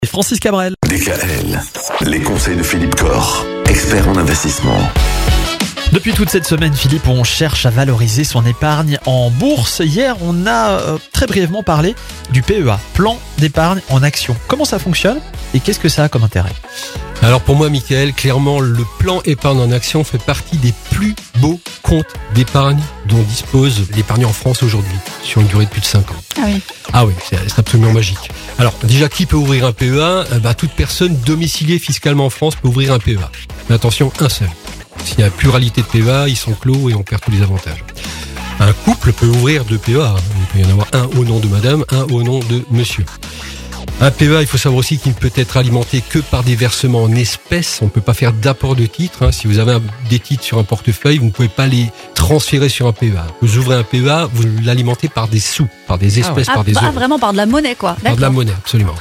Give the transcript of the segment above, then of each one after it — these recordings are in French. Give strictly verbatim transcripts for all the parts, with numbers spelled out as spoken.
Et Francis Cabrel. D K L, les conseils de Philippe Corr, expert en investissement. Depuis toute cette semaine, Philippe, on cherche à valoriser son épargne en bourse. Hier, on a euh, très brièvement parlé du P E A, plan d'épargne en action. Comment ça fonctionne et qu'est-ce que ça a comme intérêt ? Alors pour moi, Mickaël, clairement, le plan épargne en action fait partie des plus beaux comptes d'épargne dont dispose l'épargne en France aujourd'hui, sur une durée de plus de cinq ans. Ah oui. Ah oui, c'est, c'est absolument magique. Alors déjà, qui peut ouvrir un P E A ? euh, bah, Toute personne domiciliée fiscalement en France peut ouvrir un P E A. Mais attention, un seul. S'il y a pluralité de P E A, ils sont clos et on perd tous les avantages. Un couple peut ouvrir deux P E A. Il peut y en avoir un au nom de madame, un au nom de monsieur. Un P E A, il faut savoir aussi qu'il ne peut être alimenté que par des versements en espèces. On ne peut pas faire d'apport de titres. Hein. Si vous avez un, des titres sur un portefeuille, vous ne pouvez pas les transférer sur un P E A. Vous ouvrez un P E A, vous l'alimentez par des sous, par des espèces, Ah, par des ah, euros. vraiment par de la monnaie, quoi. Par de la monnaie, absolument.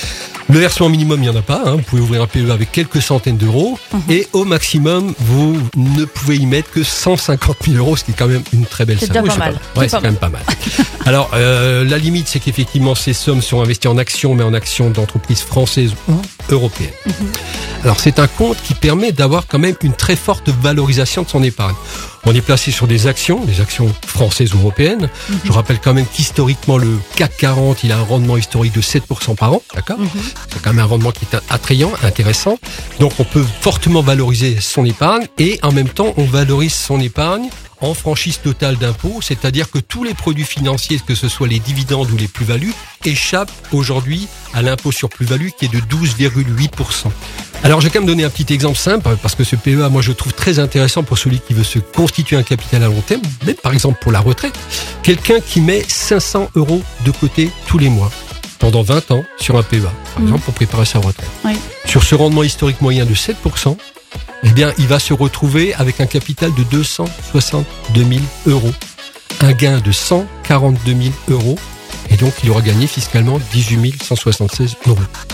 Le versement minimum, il n'y en a pas. Hein. Vous pouvez ouvrir un P E A avec quelques centaines d'euros. Mm-hmm. Et au maximum, vous ne pouvez y mettre que cent cinquante mille euros, ce qui est quand même une très belle C'est somme. déjà Oui, pas c'est mal. pas- Ouais, C'est c'est pas quand même pas mal. Alors, euh, la limite, c'est qu'effectivement, ces sommes sont investies en actions, mais en actions d'entreprises françaises ou européennes. Mm-hmm. Alors, c'est un compte qui permet d'avoir quand même une très forte valorisation de son épargne. On est placé sur des actions, des actions françaises ou européennes. Mm-hmm. Je rappelle quand même qu'historiquement, le C A C quarante, il a un rendement historique de sept pour cent par an, d'accord ? Mm-hmm. C'est quand même un rendement qui est attrayant, intéressant. Donc, on peut fortement valoriser son épargne et en même temps, on valorise son épargne en franchise totale d'impôt, c'est-à-dire que tous les produits financiers, que ce soit les dividendes ou les plus-values, échappent aujourd'hui à l'impôt sur plus-value qui est de douze virgule huit pour cent. Alors, je vais quand même donner un petit exemple simple, parce que ce P E A, moi, je trouve très intéressant pour celui qui veut se constituer un capital à long terme, même par exemple pour la retraite. Quelqu'un qui met cinq cents euros de côté tous les mois, pendant vingt ans, sur un P E A, par Mmh. exemple, pour préparer sa retraite. Oui. Sur ce rendement historique moyen de sept pour cent, eh bien, il va se retrouver avec un capital de deux cent soixante-deux mille euros, un gain de cent quarante-deux mille euros, et donc il aura gagné fiscalement dix-huit mille cent soixante-seize euros.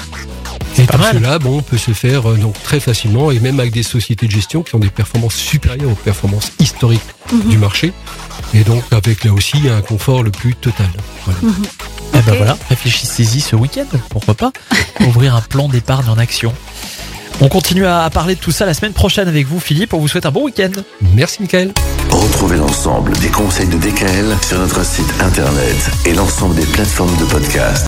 Et pas tout mal. cela, bon, on peut se faire euh, donc très facilement, et même avec des sociétés de gestion qui ont des performances supérieures aux performances historiques Mhm. du marché, et donc avec là aussi un confort le plus total. Voilà. Eh ben Ok. voilà, réfléchissez-y ce week-end, pourquoi pas ouvrir un plan d'épargne en action. On continue à parler de tout ça la semaine prochaine avec vous, Philippe. On vous souhaite un bon week-end. Merci Mickaël. Retrouvez l'ensemble des conseils de D K L sur notre site internet et l'ensemble des plateformes de podcast.